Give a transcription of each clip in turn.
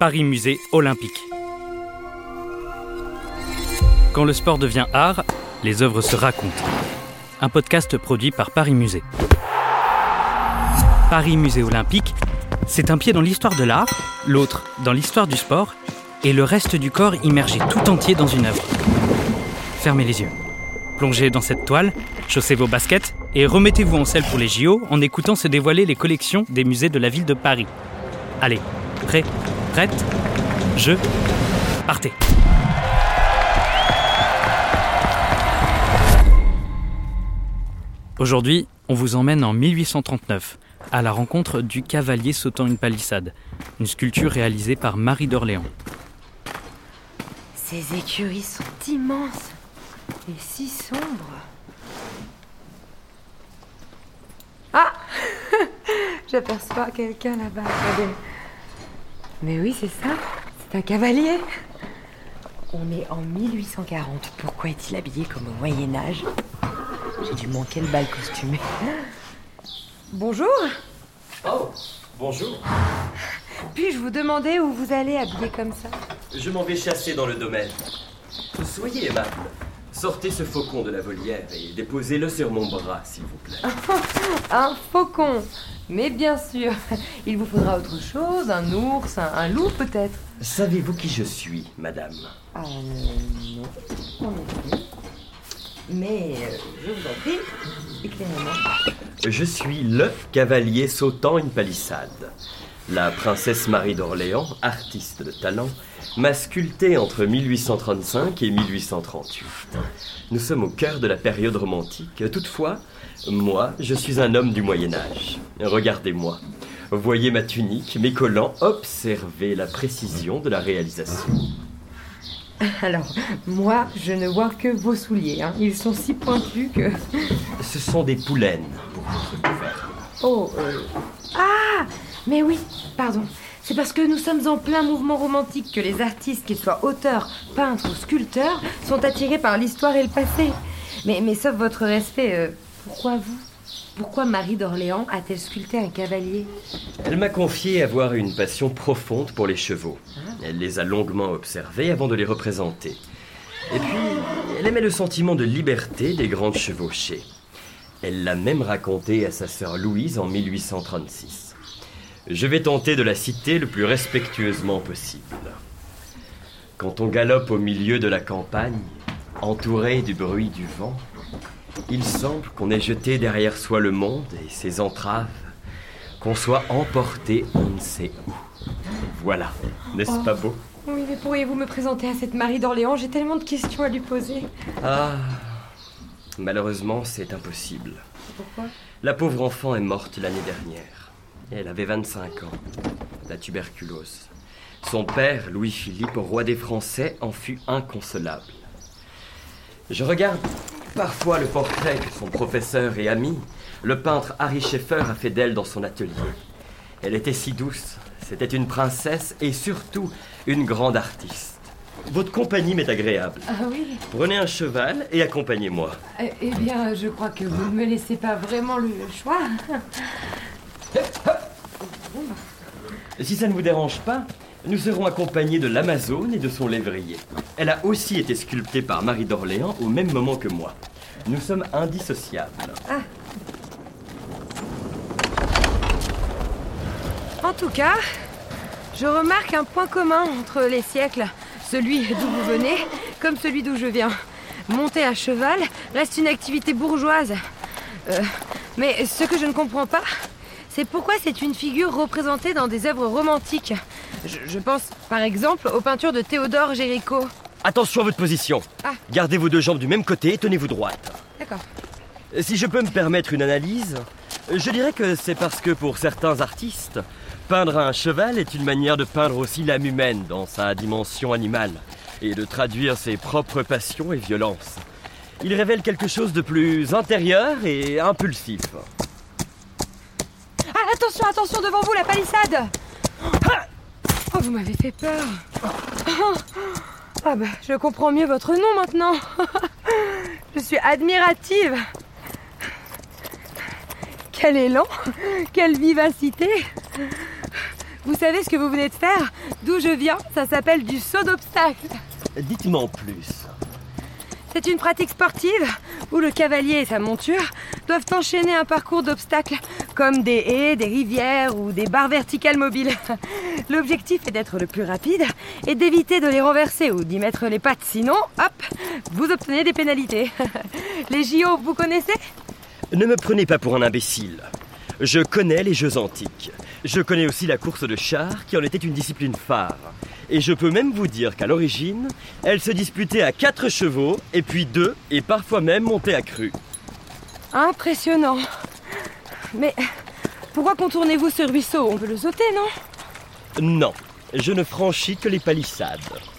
Paris Musée Olympique. Quand le sport devient art, les œuvres se racontent. Un podcast produit par Paris Musée. Paris Musée Olympique, c'est un pied dans l'histoire de l'art, l'autre dans l'histoire du sport, et le reste du corps immergé tout entier dans une œuvre. Fermez les yeux. Plongez dans cette toile, chaussez vos baskets et remettez-vous en selle pour les JO en écoutant se dévoiler les collections des musées de la ville de Paris. Allez, prêt, prête, jeu, partez. Aujourd'hui, on vous emmène en 1839, à la rencontre du cavalier sautant une palissade, une sculpture réalisée par Marie d'Orléans. Ces écuries sont immenses et si sombres. Ah j'aperçois quelqu'un là-bas. Regardez. Mais oui, c'est ça, c'est un cavalier. On est en 1840. Pourquoi est-il habillé comme au Moyen-Âge ? J'ai dû manquer le bal costumé. Bonjour. Oh, bonjour. Puis-je vous demander où vous allez habillé comme ça ? Je m'en vais chasser dans le domaine. Soyez aimable. Sortez ce faucon de la volière et déposez-le sur mon bras, s'il vous plaît. Un faucon. Mais bien sûr, il vous faudra autre chose, un ours, un loup peut-être. Savez-vous qui je suis, madame ? Non, en effet. Mais je vous en prie, éclairez-moi. Je suis le cavalier sautant une palissade. La princesse Marie d'Orléans, artiste de talent, m'a sculpté entre 1835 et 1838. Nous sommes au cœur de la période romantique. Toutefois, moi, je suis un homme du Moyen-Âge. Regardez-moi. Voyez ma tunique, mes collants, observez la précision de la réalisation. Alors, moi, je ne vois que vos souliers. Ils sont si pointus que... Ce sont des poulaines pour votre gouverne. Oh, Ah, mais oui, pardon. C'est parce que nous sommes en plein mouvement romantique que les artistes, qu'ils soient auteurs, peintres ou sculpteurs, sont attirés par l'histoire et le passé. Mais sauf votre respect, pourquoi vous ? Pourquoi Marie d'Orléans a-t-elle sculpté un cavalier ? Elle m'a confié avoir une passion profonde pour les chevaux. Elle les a longuement observés avant de les représenter. Et puis, elle aimait le sentiment de liberté des grandes chevauchées. Elle l'a même raconté à sa sœur Louise en 1836. Je vais tenter de la citer le plus respectueusement possible. Quand on galope au milieu de la campagne, entouré du bruit du vent, il semble qu'on ait jeté derrière soi le monde et ses entraves, qu'on soit emporté on ne sait où. Voilà, n'est-ce pas beau ? Oui, mais pourriez-vous me présenter à cette Marie d'Orléans ? J'ai tellement de questions à lui poser. Ah, malheureusement, c'est impossible. Pourquoi ? La pauvre enfant est morte l'année dernière. Elle avait 25 ans, la tuberculose. Son père, Louis-Philippe, roi des Français, en fut inconsolable. Je regarde parfois le portrait que son professeur et ami, le peintre Harry Scheffer, a fait d'elle dans son atelier. Elle était si douce, c'était une princesse et surtout une grande artiste. Votre compagnie m'est agréable. Ah oui ? Prenez un cheval et accompagnez-moi. Eh bien, je crois que vous ne me laissez pas vraiment le choix. Si ça ne vous dérange pas, nous serons accompagnés de l'Amazone et de son lévrier. Elle a aussi été sculptée par Marie d'Orléans au même moment que moi. Nous sommes indissociables. Ah. En tout cas, je remarque un point commun entre les siècles. Celui d'où vous venez, comme celui d'où je viens. Monter à cheval reste une activité bourgeoise. Mais ce que je ne comprends pas, c'est pourquoi c'est une figure représentée dans des œuvres romantiques. Je pense, par exemple, aux peintures de Théodore Géricault. Attention à votre position. Ah. Gardez vos deux jambes du même côté et tenez-vous droite. D'accord. Si je peux me permettre une analyse, je dirais que c'est parce que pour certains artistes, peindre un cheval est une manière de peindre aussi l'âme humaine dans sa dimension animale et de traduire ses propres passions et violences. Il révèle quelque chose de plus intérieur et impulsif. Ah, attention, devant vous, la palissade. Oh, vous m'avez fait peur. Ah bah, je comprends mieux votre nom maintenant. Je suis admirative. Quel élan, quelle vivacité. Vous savez ce que vous venez de faire? D'où je viens, ça s'appelle du saut d'obstacle. Dites-moi en plus. C'est une pratique sportive où le cavalier et sa monture doivent enchaîner un parcours d'obstacles comme des haies, des rivières ou des barres verticales mobiles. L'objectif est d'être le plus rapide et d'éviter de les renverser ou d'y mettre les pattes. Sinon, hop, vous obtenez des pénalités. Les JO, vous connaissez? Ne me prenez pas pour un imbécile. Je connais les Jeux antiques. Je connais aussi la course de chars qui en était une discipline phare. Et je peux même vous dire qu'à l'origine, elle se disputait à 4 chevaux, et puis 2, et parfois même montée à cru. Impressionnant. Mais pourquoi contournez-vous ce ruisseau? On peut le sauter, non? Non, je ne franchis que les palissades.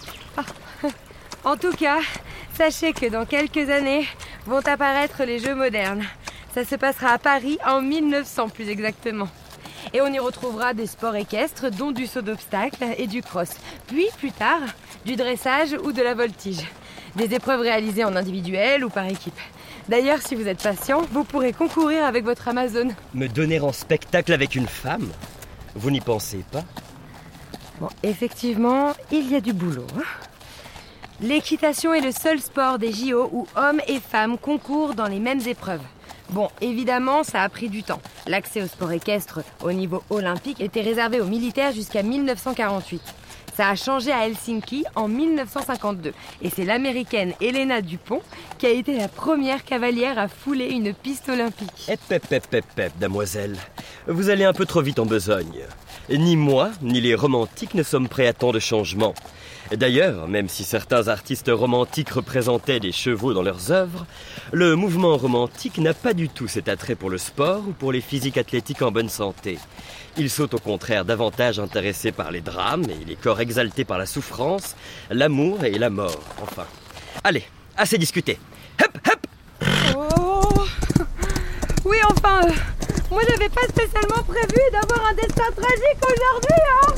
En tout cas, sachez que dans quelques années vont apparaître les Jeux modernes. Ça se passera à Paris en 1900 plus exactement. Et on y retrouvera des sports équestres, dont du saut d'obstacle et du cross. Puis, plus tard, du dressage ou de la voltige. Des épreuves réalisées en individuel ou par équipe. D'ailleurs, si vous êtes patient, vous pourrez concourir avec votre Amazon. Me donner en spectacle avec une femme? Vous n'y pensez pas? Bon, effectivement, il y a du boulot. L'équitation est le seul sport des JO où hommes et femmes concourent dans les mêmes épreuves. Bon, évidemment, ça a pris du temps. L'accès au sport équestre au niveau olympique était réservé aux militaires jusqu'à 1948. Ça a changé à Helsinki en 1952. Et c'est l'américaine Helena Dupont qui a été la première cavalière à fouler une piste olympique. Damoiselle. Vous allez un peu trop vite en besogne. Ni moi, ni les romantiques ne sommes prêts à tant de changements. D'ailleurs, même si certains artistes romantiques représentaient des chevaux dans leurs œuvres, le mouvement romantique n'a pas du tout cet attrait pour le sport ou pour les physiques athlétiques en bonne santé. Ils sont au contraire davantage intéressés par les drames et les corps exaltés par la souffrance, l'amour et la mort, enfin. Allez, assez discuté. Hop, hop. Oh. Oui, enfin, moi j'avais pas spécialement prévu d'avoir un destin tragique aujourd'hui, hein.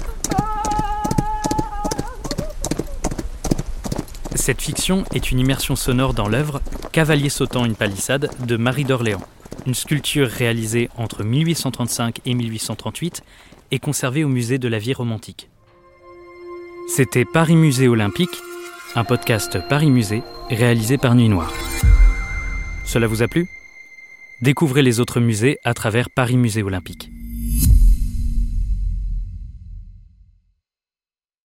Cette fiction est une immersion sonore dans l'œuvre « Cavalier sautant une palissade » de Marie d'Orléans, une sculpture réalisée entre 1835 et 1838 et conservée au musée de la vie romantique. C'était Paris Musée Olympique, un podcast Paris Musée réalisé par Nuit Noire. Cela vous a plu ? Découvrez les autres musées à travers Paris Musée Olympique.